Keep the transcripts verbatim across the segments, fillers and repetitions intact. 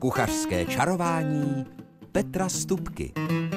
Kuchařské čarování Petra Stupky.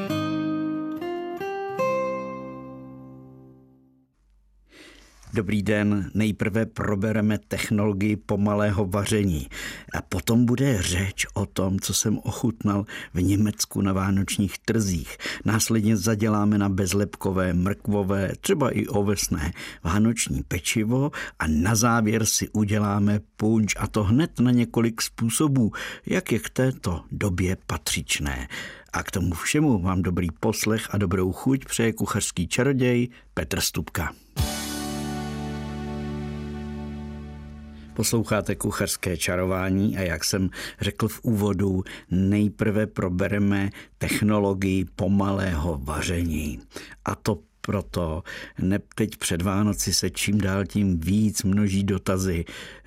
Dobrý den, nejprve probereme technologii pomalého vaření a potom bude řeč o tom, co jsem ochutnal v Německu na vánočních trzích. Následně zaděláme na bezlepkové, mrkvové, třeba i ovesné vánoční pečivo a na závěr si uděláme punč, a to hned na několik způsobů, jak je k této době patřičné. A k tomu všemu vám dobrý poslech a dobrou chuť přeje kuchařský čaroděj Petr Stupka. Posloucháte Kuchařské čarování a jak jsem řekl v úvodu, nejprve probereme technologii pomalého vaření. A to proto, ne, teď před Vánoci se čím dál tím víc množí dotazy.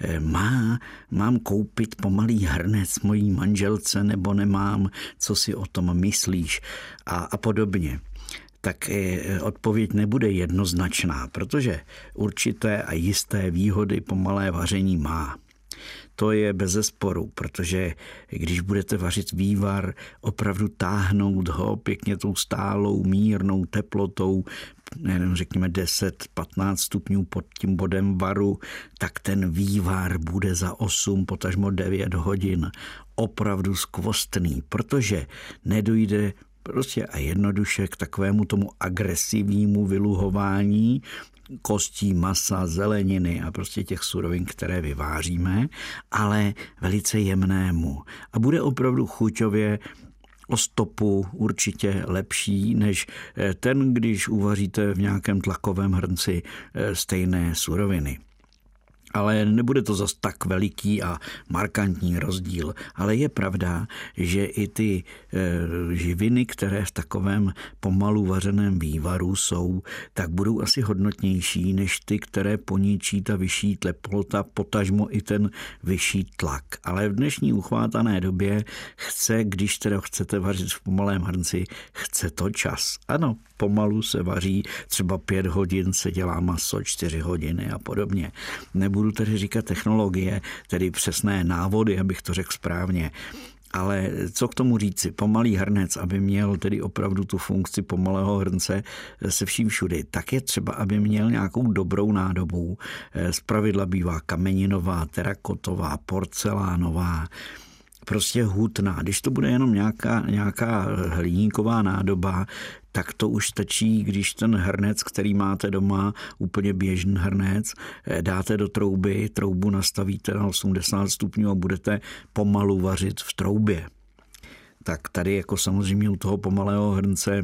Má, mám koupit pomalý hrnec mojí manželce nebo nemám? Co si o tom myslíš? A, a podobně. Tak odpověď nebude jednoznačná, protože určité a jisté výhody pomalé vaření má. To je bezesporu, protože když budete vařit vývar, opravdu táhnout ho pěkně tou stálou, mírnou teplotou, nevím, řekněme deset patnáct stupňů pod tím bodem varu, tak ten vývar bude za osm, potažmo devět hodin opravdu skvostný, protože nedojde prostě a jednoduše k takovému tomu agresivnímu vyluhování kostí, masa, zeleniny a prostě těch surovin, které vyváříme, ale velice jemnému. A bude opravdu chuťově o stopu určitě lepší, než ten, když uvaříte v nějakém tlakovém hrnci stejné suroviny. Ale nebude to zas tak veliký a markantní rozdíl. Ale je pravda, že i ty e, živiny, které v takovém pomalu vařeném vývaru jsou, tak budou asi hodnotnější než ty, které poničí ta vyšší teplota, potažmo i ten vyšší tlak. Ale v dnešní uchvátané době chce, když teda chcete vařit v pomalém hrnci, chce to čas. Ano, pomalu se vaří, třeba pět hodin se dělá maso, čtyři hodiny a podobně. Nebudu tedy říkat technologie, tedy přesné návody, abych to řekl správně. Ale co k tomu říci? Pomalý hrnec, aby měl tedy opravdu tu funkci pomalého hrnce se vším všudy, tak je třeba, aby měl nějakou dobrou nádobu. Zpravidla bývá kameninová, terakotová, porcelánová, prostě hutná. Když to bude jenom nějaká, nějaká hliníková nádoba, tak to už stačí, když ten hrnec, který máte doma, úplně běžný hrnec, dáte do trouby, troubu nastavíte na osmdesát stupňů a budete pomalu vařit v troubě. Tak tady jako samozřejmě u toho pomalého hrnce,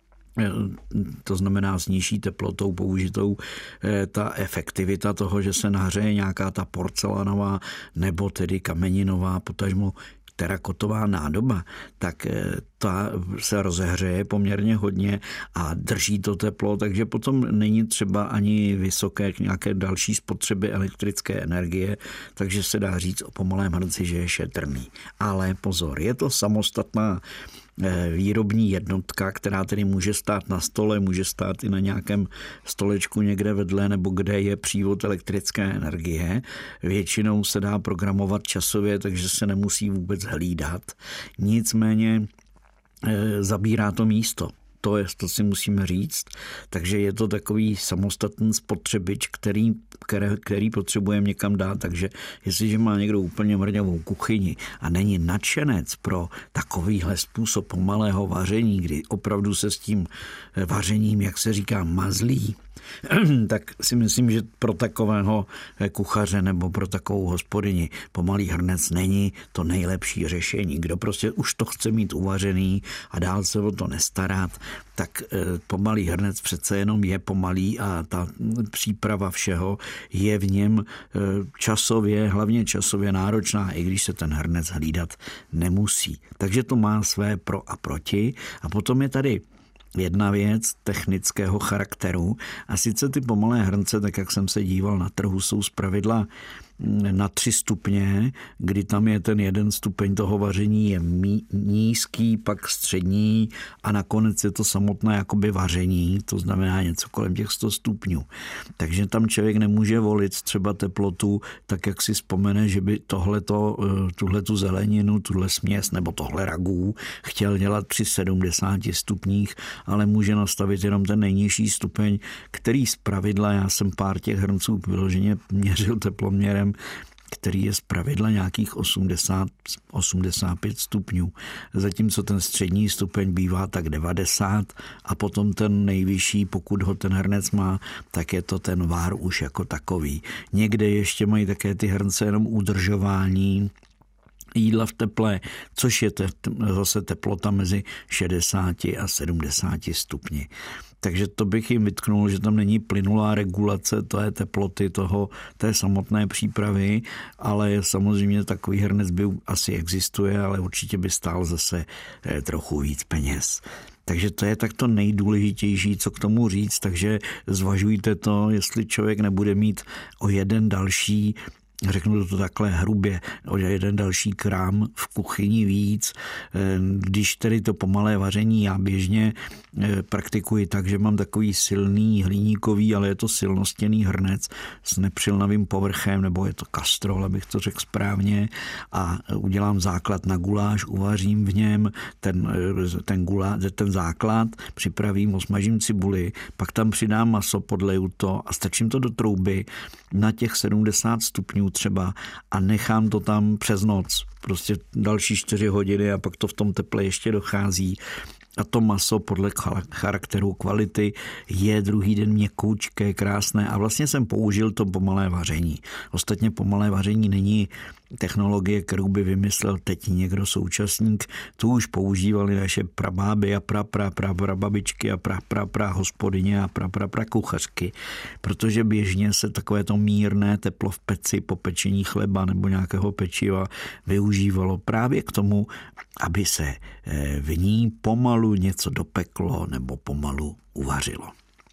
to znamená s nižší teplotou použitou, ta efektivita toho, že se nahřeje nějaká ta porcelánová nebo tedy kameninová, potažmo terakotová nádoba, tak ta se rozehřeje poměrně hodně a drží to teplo, takže potom není třeba ani vysoké nějaké další spotřeby elektrické energie, takže se dá říct o pomalém hrnci, že je šetrný. Ale pozor, je to samostatná výrobní jednotka, která tedy může stát na stole, může stát i na nějakém stolečku někde vedle, nebo kde je přívod elektrické energie. Většinou se dá programovat časově, takže se nemusí vůbec hlídat. Nicméně zabírá to místo. To je, to si musíme říct. Takže je to takový samostatný spotřebič, který, který, který potřebujeme někam dát. Takže jestliže má někdo úplně mrňavou kuchyni a není nadšenec pro takovýhle způsob pomalého vaření, kdy opravdu se s tím vařením, jak se říká, mazlí, tak si myslím, že pro takového kuchaře nebo pro takovou hospodyni pomalý hrnec není to nejlepší řešení. Kdo prostě už to chce mít uvařený a dál se o to nestarat, tak pomalý hrnec přece jenom je pomalý a ta příprava všeho je v něm časově, hlavně časově náročná, i když se ten hrnec hlídat nemusí. Takže to má své pro a proti. A potom je tady jedna věc technického charakteru a sice ty pomalé hrnce, tak jak jsem se díval na trhu, jsou zpravidla na tři stupně, kdy tam je ten jeden stupeň toho vaření je mí, nízký, pak střední a nakonec je to samotné jakoby vaření, to znamená něco kolem těch sto stupňů. Takže tam člověk nemůže volit třeba teplotu, tak jak si vzpomene, že by tohleto, tuhletu zeleninu, tuhle směs nebo tohle ragů chtěl dělat při sedmdesáti stupních, ale může nastavit jenom ten nejnižší stupeň, který zpravidla, já jsem pár těch hrnců vyloženě měřil teploměrem, který je zpravidla nějakých osmdesát osmdesát pět stupňů. Zatímco ten střední stupeň bývá tak devadesát a potom ten nejvyšší, pokud ho ten hrnec má, tak je to ten vár už jako takový. Někde ještě mají také ty hrnce jenom udržování jídla v teple, což je te, zase teplota mezi šedesáti a sedmdesáti stupni. Takže to bych jim vytknul, že tam není plynulá regulace té teploty toho, té samotné přípravy, ale samozřejmě takový hrnec by asi existuje, ale určitě by stál zase trochu víc peněz. Takže to je tak to nejdůležitější, co k tomu říct, takže zvažujte to, jestli člověk nebude mít o jeden další, řeknu to takhle hrubě, o jeden další krám v kuchyni víc. Když tedy to pomalé vaření já běžně praktikuji tak, že mám takový silný hliníkový, ale je to silnostěný hrnec s nepřilnavým povrchem, nebo je to kastrol, abych to řekl správně, a udělám základ na guláš, uvařím v něm ten, ten, gula, ten základ, připravím, osmažím cibuli, pak tam přidám maso, podleju to a stačím to do trouby na těch sedmdesát stupňů třeba a nechám to tam přes noc. Prostě další čtyři hodiny a pak to v tom teple ještě dochází. A to maso podle charakteru, kvality je druhý den měkoučké, krásné a vlastně jsem použil to pomalé vaření. Ostatně pomalé vaření není technologie, kterou by vymyslel teď někdo současník. Tu už používali naše prabáby a pra, pra, pra, pra babičky a pra, pra, pra hospodyně a pra, pra, pra kuchařky. Protože běžně se takové to mírné teplo v peci po pečení chleba nebo nějakého pečiva využívalo právě k tomu, aby se v ní pomalu něco dopeklo nebo pomalu uvařilo.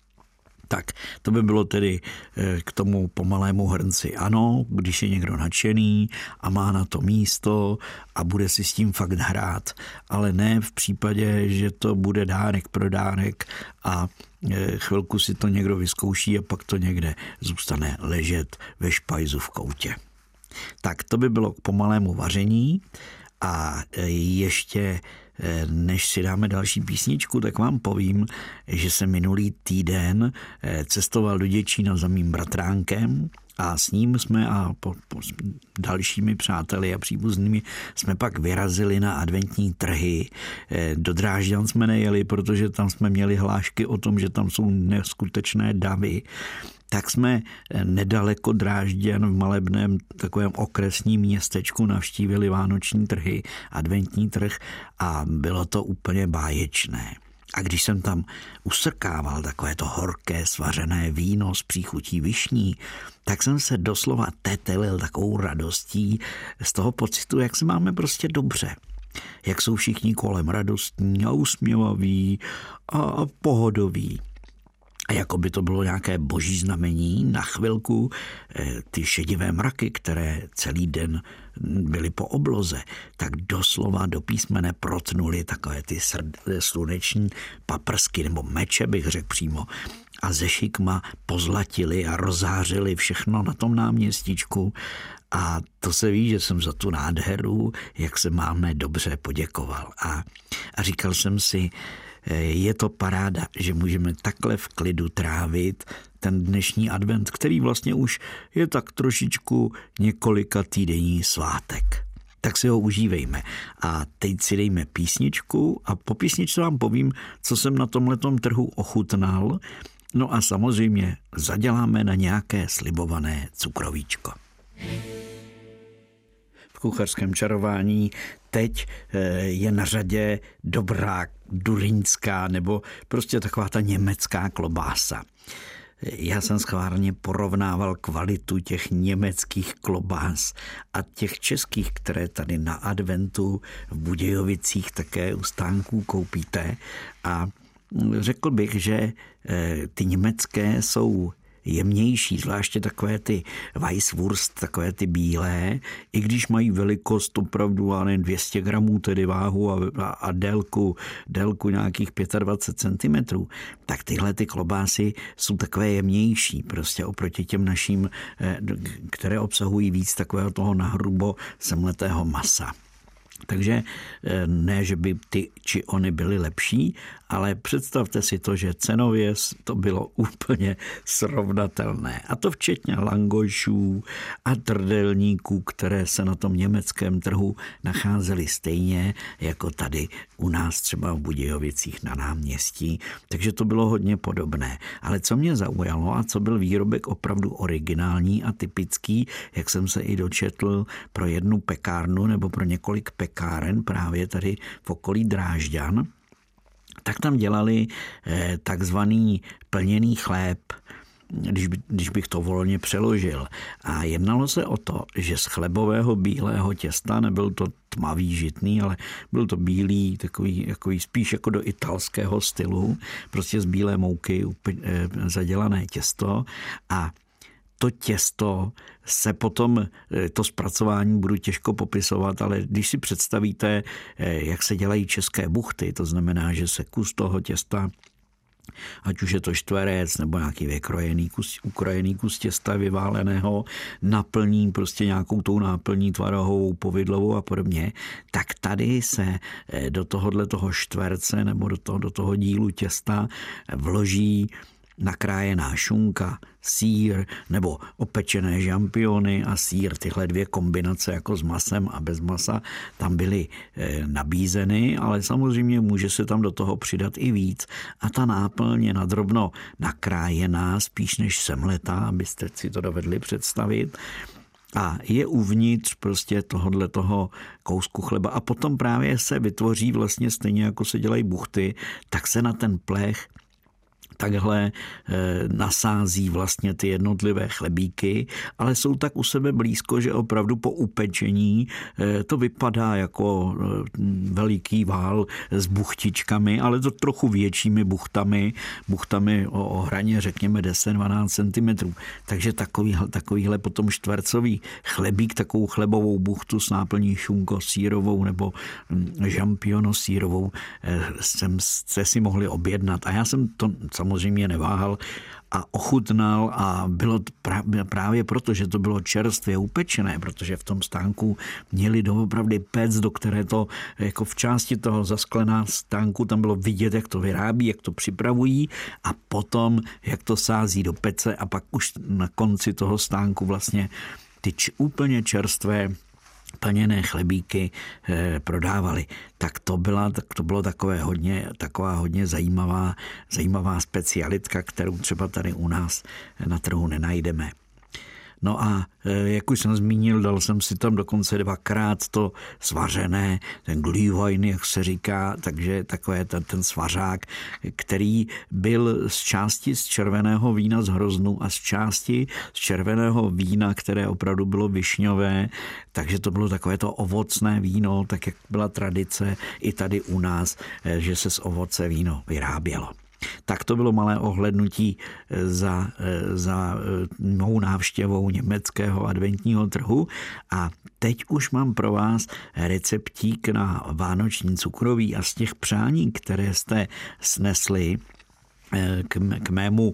Tak, to by bylo tedy k tomu pomalému hrnci. Ano, když je někdo nadšený a má na to místo a bude si s tím fakt hrát, ale ne v případě, že to bude dárek pro dárek a chvilku si to někdo vyzkouší a pak to někde zůstane ležet ve špajzu v koutě. Tak, to by bylo k pomalému vaření. A ještě než si dáme další písničku, tak vám povím, že jsem minulý týden cestoval do Děčína za mým bratránkem a s ním jsme a po, po dalšími přáteli a příbuznými jsme pak vyrazili na adventní trhy. Do Drážďan jsme nejeli, protože tam jsme měli hlášky o tom, že tam jsou neskutečné davy. Tak jsme nedaleko Drážďan v malebném takovém okresním městečku navštívili vánoční trhy, adventní trh a bylo to úplně báječné. A když jsem tam usrkával takové to horké svařené víno s příchutí višní, tak jsem se doslova tetelil takovou radostí z toho pocitu, jak se máme prostě dobře. Jak jsou všichni kolem radostní a usměvaví a, a pohodoví. A jako by to bylo nějaké boží znamení, na chvilku ty šedivé mraky, které celý den byly po obloze, tak doslova do písmene protnuly takové ty sluneční paprsky, nebo meče bych řekl přímo, a ze šikma pozlatili a rozzářili všechno na tom náměstíčku. A to se ví, že jsem za tu nádheru, jak se máme dobře poděkoval. A, a říkal jsem si, je to paráda, že můžeme takhle v klidu trávit ten dnešní advent, který vlastně už je tak trošičku několika týdenní svátek. Tak si ho užívejme. A teď si dejme písničku a po písničce vám povím, co jsem na tomhletom trhu ochutnal. No a samozřejmě zaděláme na nějaké slibované cukrovíčko. V kuchařském čarování teď je na řadě dobrá duriňská nebo prostě taková ta německá klobása. Já jsem schválně porovnával kvalitu těch německých klobás a těch českých, které tady na adventu v Budějovicích také u stánků koupíte, a řekl bych, že ty německé jsou jemnější, zvláště takové ty Weisswurst, takové ty bílé, i když mají velikost opravdu, a ne dvě stě gramů, tedy váhu a, a, a délku, délku nějakých dvacet pět centimetrů, tak tyhle ty klobásy jsou takové jemnější prostě oproti těm naším, které obsahují víc takového toho nahrubo semletého masa. Takže ne, že by ty či ony byly lepší, ale představte si to, že cenově to bylo úplně srovnatelné. A to včetně langošů a trdelníků, které se na tom německém trhu nacházely stejně jako tady u nás třeba v Budějovicích na náměstí. Takže to bylo hodně podobné. Ale co mě zaujalo a co byl výrobek opravdu originální a typický, jak jsem se i dočetl pro jednu pekárnu nebo pro několik pekáren právě tady v okolí Drážďan, tak tam dělali takzvaný plněný chléb, když, by, když bych to volně přeložil. A jednalo se o to, že z chlebového bílého těsta, nebyl to tmavý žitný, ale byl to bílý, takový, takový spíš jako do italského stylu, prostě z bílé mouky zadělané těsto a to těsto se potom, to zpracování budu těžko popisovat, ale když si představíte, jak se dělají české buchty, to znamená, že se kus toho těsta, ať už je to čtverec nebo nějaký vykrojený kus, ukrojený kus těsta vyváleného, naplní prostě nějakou tou náplní tvarohovou, povidlovou a podobně, tak tady se do tohohle toho čtverce nebo do toho, do toho dílu těsta vloží nakrájená šunka, sýr nebo opečené žampiony a sýr. Tyhle dvě kombinace jako s masem a bez masa tam byly e, nabízeny, ale samozřejmě může se tam do toho přidat i víc. A ta náplň je nadrobno nakrájená, spíš než semletá, abyste si to dovedli představit. A je uvnitř prostě tohodle toho kousku chleba. A potom právě se vytvoří vlastně stejně jako se dělají buchty, tak se na ten plech takhle e, nasází vlastně ty jednotlivé chlebíky, ale jsou tak u sebe blízko, že opravdu po upečení e, to vypadá jako e, veliký vál s buchtičkami, ale to trochu většími buchtami, buchtami o, o hraně řekněme deset dvanáct centimetrů. Takže takovýhle, takovýhle potom čtvercový chlebík, takovou chlebovou buchtu s náplní šunko sírovou nebo žampiono sírovou e, jsem se si mohli objednat. A já jsem to samozřejmě neváhal a ochutnal a bylo právě proto, že to bylo čerstvě upečené, protože v tom stánku měli doopravdy pec, do které to jako v části toho zasklená stánku tam bylo vidět, jak to vyrábí, jak to připravují a potom, jak to sází do pece a pak už na konci toho stánku vlastně ty č- úplně čerstvé plněné chlebíky eh, prodávali. Tak to byla, tak to bylo takové hodně, taková hodně zajímavá, zajímavá specialitka, kterou třeba tady u nás na trhu nenajdeme. No a jak už jsem zmínil, dal jsem si tam dokonce dvakrát to svařené, ten glühwein, jak se říká, takže takové ten, ten svařák, který byl z části z červeného vína z Hroznu a z části z červeného vína, které opravdu bylo višňové, takže to bylo takové to ovocné víno, tak jak byla tradice i tady u nás, že se z ovoce víno vyrábělo. Tak to bylo malé ohlednutí za, za mou návštěvou německého adventního trhu a teď už mám pro vás receptík na vánoční cukroví a z těch přání, které jste snesli k, k mému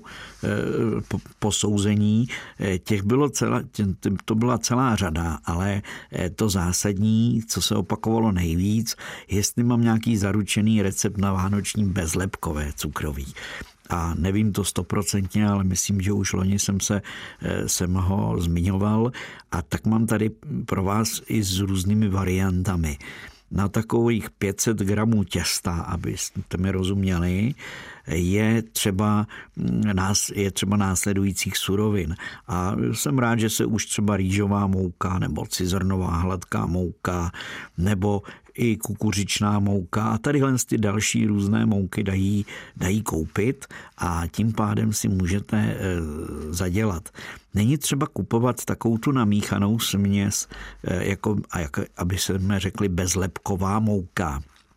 posouzení, těch bylo celá, to byla celá řada, ale to zásadní, co se opakovalo nejvíc, jestli mám nějaký zaručený recept na vánoční bezlepkové cukroví. A nevím to stoprocentně, ale myslím, že už loni jsem se jsem ho zmiňoval a tak mám tady pro vás i s různými variantami. Na takových pět set gramů těsta, abyste mi rozuměli, je třeba, je třeba následujících surovin. A jsem rád, že se už třeba rýžová mouka nebo cizrnová hladká mouka nebo i kukuřičná mouka a tadyhle ty další různé mouky dají, dají koupit a tím pádem si můžete e, zadělat. Není třeba kupovat takovou tu namíchanou směs, e, jako, a jak, aby jsme řekli bezlepková mouka.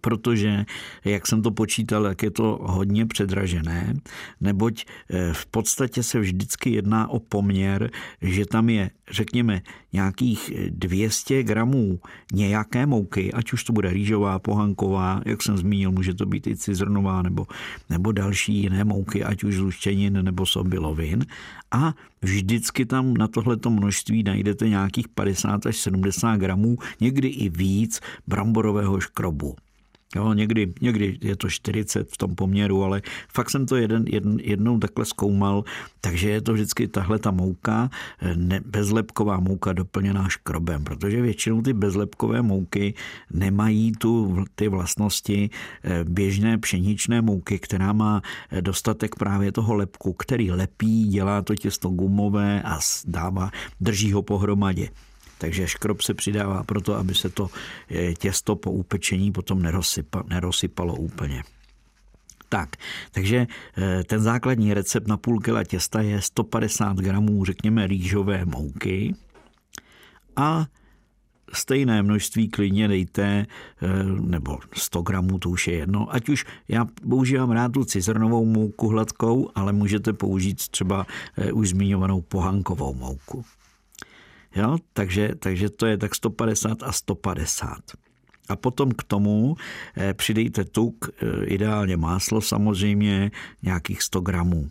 protože, jak jsem to počítal, jak je to hodně předražené, neboť v podstatě se vždycky jedná o poměr, že tam je, řekněme, nějakých dvě stě gramů nějaké mouky, ať už to bude rýžová, pohanková, jak jsem zmínil, může to být i cizrnová nebo, nebo další jiné mouky, ať už z luštěnin nebo z obilovin. A vždycky tam na tohleto množství najdete nějakých padesát až sedmdesát gramů, někdy i víc bramborového škrobu. Jo, někdy, někdy je to čtyřicet v tom poměru, ale fakt jsem to jeden, jeden, jednou takhle zkoumal, takže je to vždycky tahle ta mouka, ne, bezlepková mouka doplněná škrobem, protože většinou ty bezlepkové mouky nemají tu, ty vlastnosti běžné pšeničné mouky, která má dostatek právě toho lepku, který lepí, dělá to těsto gumové a dává, drží ho pohromadě. Takže škrob se přidává proto, aby se to těsto po upečení potom nerosypa, nerosypalo úplně. Tak, takže ten základní recept na půl kila těsta je sto padesát gramů, řekněme, rýžové mouky a stejné množství klidně dejte, nebo sto gramů, to už je jedno, ať už já používám rád tu cizrnovou mouku hladkou, ale můžete použít třeba už zmiňovanou pohankovou mouku. Jo, takže, takže to je tak sto padesát a sto padesát. A potom k tomu eh, přidejte tuk, eh, ideálně máslo samozřejmě, nějakých sto gramů.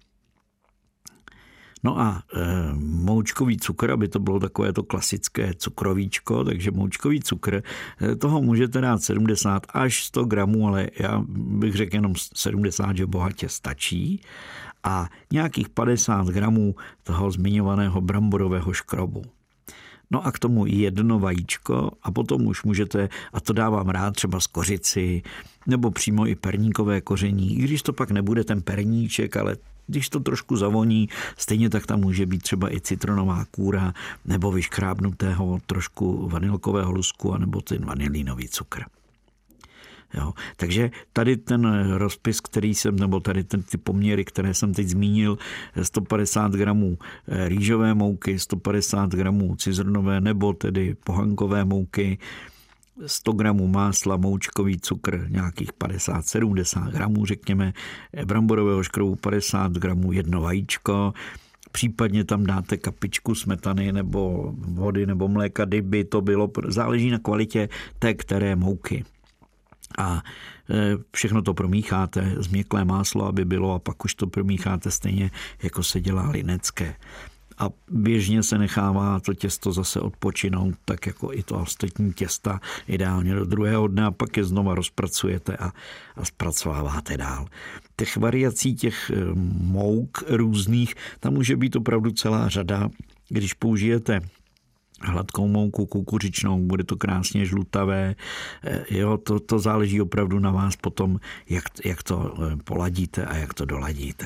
No a e, moučkový cukr, aby to bylo takové to klasické cukrovíčko, takže moučkový cukr, e, toho můžete dát sedmdesát až sto gramů, ale já bych řekl jenom sedmdesát, že bohatě stačí. A nějakých padesát gramů toho zmiňovaného bramborového škrobu. No a k tomu jedno vajíčko a potom už můžete, a to dávám rád třeba z kořici, nebo přímo i perníkové koření, i když to pak nebude ten perníček, ale když to trošku zavoní, stejně tak tam může být třeba i citronová kůra, nebo vyškrábnutého trošku vanilkového lusku, anebo ten vanilínový cukr. Jo. Takže tady ten rozpis, který jsem, nebo tady ten, ty poměry, které jsem teď zmínil, sto padesát gramů rýžové mouky, sto padesát gramů cizrnové nebo tedy pohankové mouky, sto gramů másla, moučkový cukr, nějakých padesát sedmdesát gramů, řekněme, bramborového škrobu padesát gramů, jedno vajíčko, případně tam dáte kapičku smetany nebo vody nebo mléka, kdyby to bylo, záleží na kvalitě té které mouky. A všechno to promícháte, změklé máslo, aby bylo, a pak už to promícháte stejně, jako se dělá linecké. A běžně se nechává to těsto zase odpočinout, tak jako i to ostatní těsta, ideálně do druhého dne, a pak je znova rozpracujete a, a zpracováváte dál. Těch variací, těch mouk různých, tam může být opravdu celá řada. Když použijete hladkou mouku kukuřičnou, bude to krásně žlutavé. Jo, to, to záleží opravdu na vás potom, jak, jak to poladíte a jak to doladíte.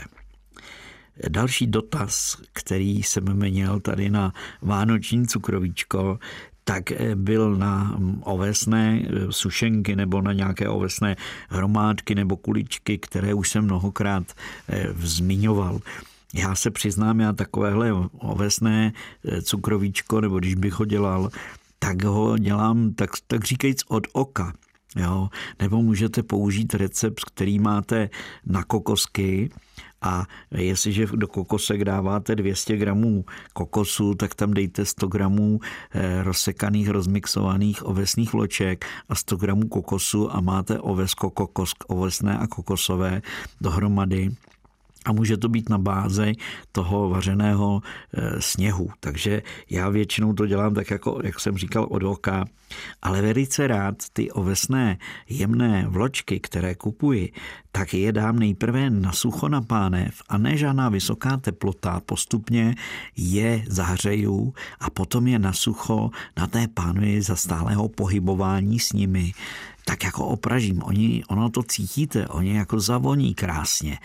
Další dotaz, který jsem měl tady na vánoční cukrovíčko, tak byl na ovesné sušenky nebo na nějaké ovesné hromádky nebo kuličky, které už jsem mnohokrát zmiňoval. Já se přiznám, já takovéhle ovesné cukrovíčko, nebo když bych ho dělal, tak ho dělám tak, tak říkajíc od oka. Jo? Nebo můžete použít recept, který máte na kokosky, a jestliže do kokosek dáváte dvě stě gramů kokosu, tak tam dejte sto gramů rozsekaných, rozmixovaných ovesných vloček a sto gramů kokosu a máte ovesko, kokos, ovesné a kokosové dohromady. A může to být na bázi toho vařeného e, sněhu. Takže já většinou to dělám tak, jako, jak jsem říkal, od oka. Ale velice rád ty ovesné jemné vločky, které kupuji, tak je dám nejprve na sucho na pánev a ne žádná vysoká teplota. Postupně je zahřeju a potom je na sucho na té pánvi za stálého pohybování s nimi. Tak jako opražím. Oni, ono to cítíte, oni jako zavoní krásně.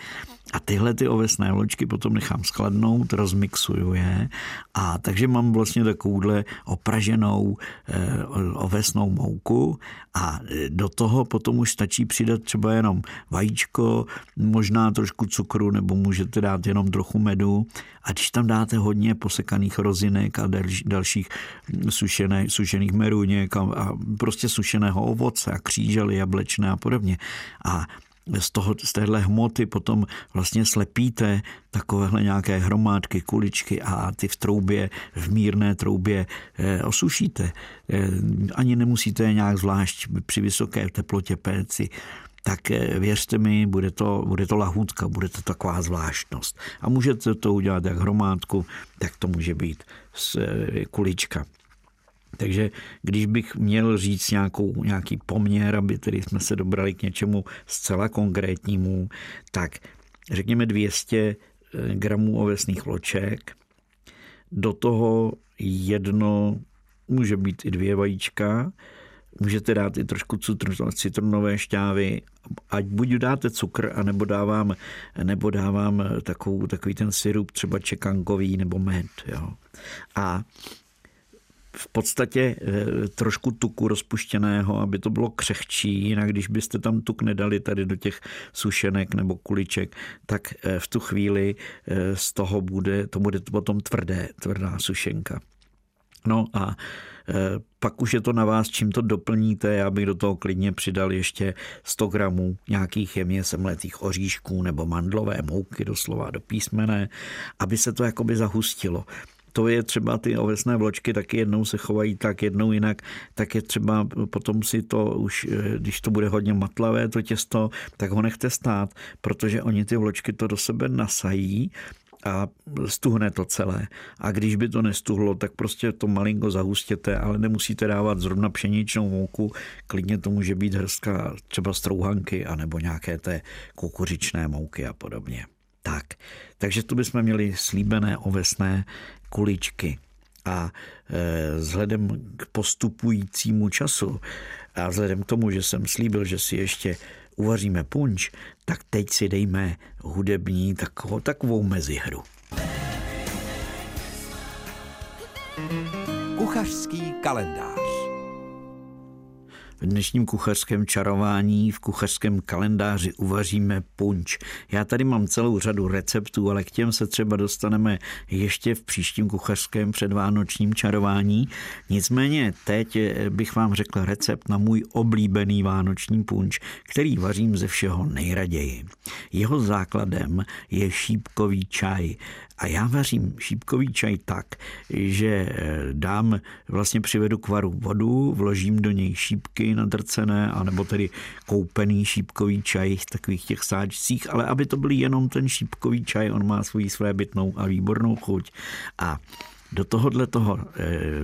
A tyhle ty ovesné vločky potom nechám schladnout, rozmixuju je a takže mám vlastně takovouhle opraženou e, ovesnou mouku a do toho potom už stačí přidat třeba jenom vajíčko, možná trošku cukru nebo můžete dát jenom trochu medu a když tam dáte hodně posekaných rozinek a dalších sušené, sušených meruněk a, a prostě sušeného ovoce a křížely jablečné a podobně a z toho, z téhle hmoty potom vlastně slepíte takovéhle nějaké hromádky, kuličky a ty v troubě, v mírné troubě e, osušíte. E, ani nemusíte je nějak zvlášť při vysoké teplotě péci. Tak e, věřte mi, bude to, bude to lahůdka, bude to taková zvláštnost. A můžete to udělat jak hromádku, tak to může být z e, kulička. Takže když bych měl říct nějakou, nějaký poměr, aby tedy jsme se dobrali k něčemu zcela konkrétnímu, tak řekněme dvě stě gramů ovesných vloček, do toho jedno, může být i dvě vajíčka, můžete dát i trošku citronové šťávy, ať buď dáte cukr, anebo dávám, nebo dávám takovou, takový ten sirup, třeba čekankový nebo med. Jo. A v podstatě trošku tuku rozpuštěného, aby to bylo křehčí, jinak když byste tam tuk nedali tady do těch sušenek nebo kuliček, tak v tu chvíli z toho bude, to bude potom tvrdé, tvrdá sušenka. No a pak už je to na vás, čím to doplníte. Já bych do toho klidně přidal ještě sto gramů nějakých jemně semletých oříšků nebo mandlové mouky, doslova do písmene, aby se to jakoby zahustilo. To je třeba ty ovesné vločky, taky jednou se chovají tak, jednou jinak, tak je třeba potom si to už, když to bude hodně matlavé, to těsto, tak ho nechte stát, protože oni ty vločky to do sebe nasají a stuhne to celé. A když by to nestuhlo, tak prostě to malinko zahustěte, ale nemusíte dávat zrovna pšeničnou mouku, klidně to může být hrstka třeba strouhanky anebo nějaké té kukuřičné mouky a podobně. Tak, takže tu bychom měli slíbené ovesné kuličky. A e, vzhledem k postupujícímu času a vzhledem k tomu, že jsem slíbil, že si ještě uvaříme punč, tak teď si dejme hudební takovou, takovou mezihru. Kuchařský kalendář. V dnešním kuchařském čarování, v kuchařském kalendáři uvaříme punč. Já tady mám celou řadu receptů, ale k těm se třeba dostaneme ještě v příštím kuchařském předvánočním čarování. Nicméně teď bych vám řekl recept na můj oblíbený vánoční punč, který vařím ze všeho nejraději. Jeho základem je šípkový čaj. A já vařím šípkový čaj tak, že dám, vlastně přivedu k varu vodu, vložím do něj šípky nadrcené, anebo tedy koupený šípkový čaj v takových těch sáčcích, ale aby to byl jenom ten šípkový čaj, on má svoji svébytnou a výbornou chuť. A do tohohle toho e,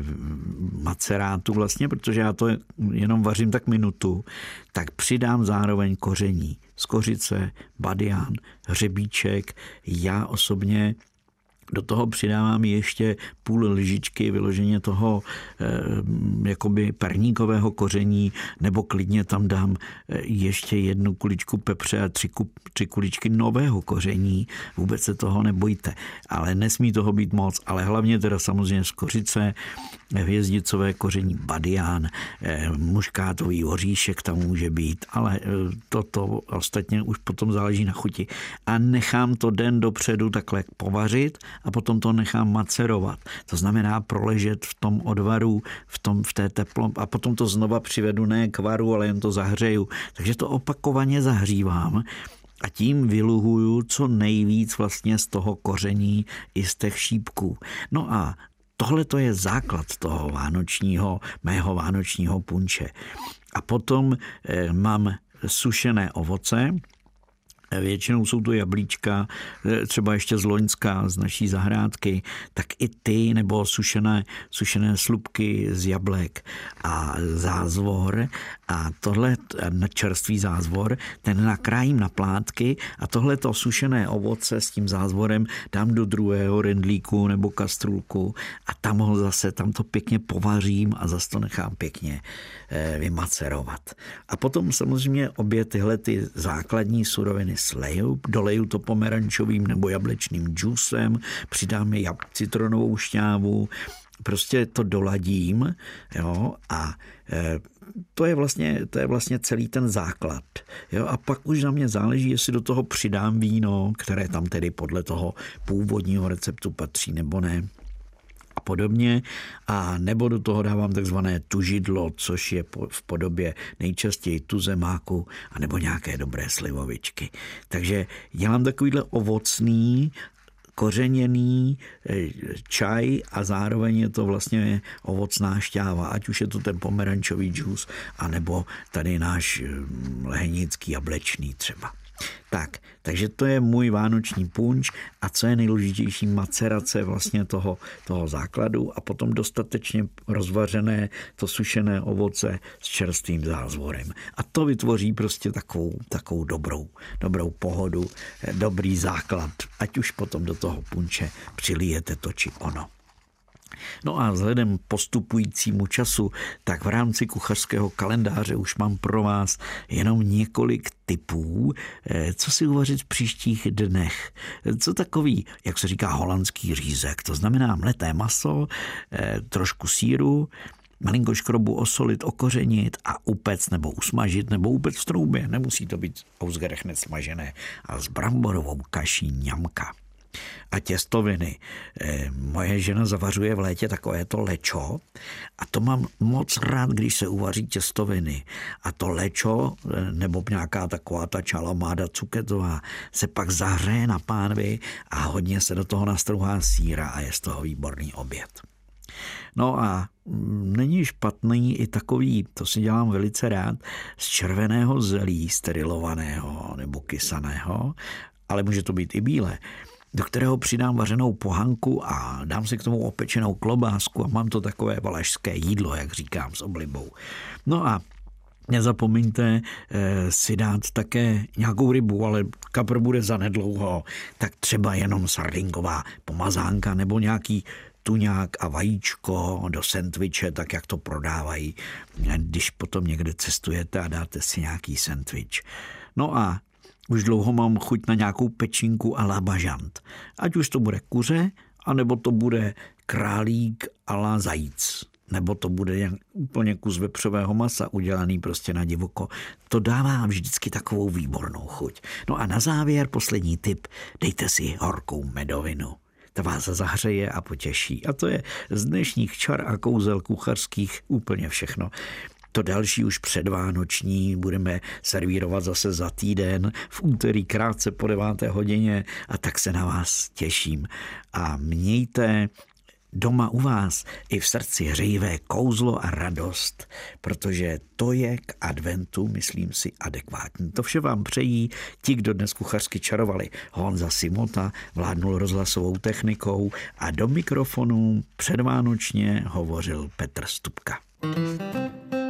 macerátu vlastně, protože já to jenom vařím tak minutu, tak přidám zároveň koření z kořice, badián, hřebíček. Já osobně do toho přidávám ještě půl lžičky vyloženě toho e, jakoby perníkového koření, nebo klidně tam dám ještě jednu kuličku pepře a tři, tři kuličky nového koření. Vůbec se toho nebojte. Ale nesmí toho být moc, ale hlavně teda samozřejmě z kořice, hvězdicové koření, badián, e, muškátový oříšek tam může být, ale toto ostatně už potom záleží na chuti. A nechám to den dopředu takhle povařit a potom to nechám macerovat. To znamená proležet v tom odvaru, v, tom, v té teplo a potom to znova přivedu ne k varu, ale jen to zahřeju. Takže to opakovaně zahřívám a tím vyluhuju co nejvíc vlastně z toho koření i z těch šípků. No a tohle to je základ toho vánočního, mého vánočního punče. A potom eh, mám sušené ovoce. Většinou jsou to jablíčka, třeba ještě z Loňska, z naší zahrádky, tak i ty, nebo sušené, sušené slupky z jablek a zázvor. A tohle čerstvý zázvor, ten nakrájím na plátky a tohleto sušené ovoce s tím zázvorem dám do druhého rendlíku nebo kastrůlku a tam ho zase, tam to pěkně povařím a zase to nechám pěkně vymacerovat. A potom samozřejmě obě tyhle ty základní suroviny sleju, doleju to pomerančovým nebo jablečným džusem, přidám jab, citronovou šťávu, prostě to doladím, jo, a e, to je vlastně, to je vlastně celý ten základ. Jo, a pak už na mě záleží, jestli do toho přidám víno, které tam tedy podle toho původního receptu patří nebo ne. A podobně, a nebo do toho dávám takzvané tužidlo, což je v podobě nejčastěji tuzemáku a nebo nějaké dobré slivovičky. Takže dělám takovýhle ovocný, kořeněný čaj a zároveň je to vlastně ovocná šťáva, ať už je to ten pomerančový džus, anebo tady náš lehenický jablečný třeba. Tak, takže to je můj vánoční punč a co je nejdůležitější, macerace vlastně toho, toho základu a potom dostatečně rozvařené to sušené ovoce s čerstvým zázvorem. A to vytvoří prostě takovou, takovou dobrou, dobrou pohodu, dobrý základ, ať už potom do toho punče přilijete to či ono. No a vzhledem postupujícímu času, tak v rámci kuchařského kalendáře už mám pro vás jenom několik tipů, co si uvařit v příštích dnech. Co takový, jak se říká, holandský řízek, to znamená mleté maso, trošku sýru, malinko škrobu osolit, okořenit a upec nebo usmažit nebo upec v troubě. Nemusí to být ausgerechnet smažené, a s bramborovou kaší ňamka. A těstoviny. Moje žena zavařuje v létě takovéto lečo a to mám moc rád, když se uvaří těstoviny. A to lečo, nebo nějaká taková ta čalamáda cuketová, se pak zahřeje na pánvi a hodně se do toho nastrouhá sýra a je z toho výborný oběd. No a není špatný i takový, to si dělám velice rád, z červeného zelí sterilovaného nebo kysaného, ale může to být i bílé, do kterého přidám vařenou pohanku a dám si k tomu opečenou klobásku a mám to takové valašské jídlo, jak říkám, s oblibou. No a nezapomeňte eh, si dát také nějakou rybu, ale kapr bude zanedlouho, tak třeba jenom sardinková pomazánka nebo nějaký tuňák a vajíčko do sendviče, tak jak to prodávají, když potom někde cestujete a dáte si nějaký sendvič. No a už dlouho mám chuť na nějakou pečinku a la bažant. Ať už to bude kuře, anebo to bude králík a la zajíc. Nebo to bude úplně kus vepřového masa udělaný prostě na divoko. To dává vždycky takovou výbornou chuť. No a na závěr poslední tip, dejte si horkou medovinu. Ta vás zahřeje a potěší. A to je z dnešních čar a kouzel kuchařských úplně všechno. To další už předvánoční budeme servírovat zase za týden v úterý krátce po deváté hodině a tak se na vás těším. A mějte doma u vás i v srdci hřejivé kouzlo a radost, protože to je k adventu, myslím si, adekvátní. To vše vám přejí ti, kdo dnes kuchařsky čarovali. Honza Simota vládnul rozhlasovou technikou a do mikrofonu předvánočně hovořil Petr Stupka.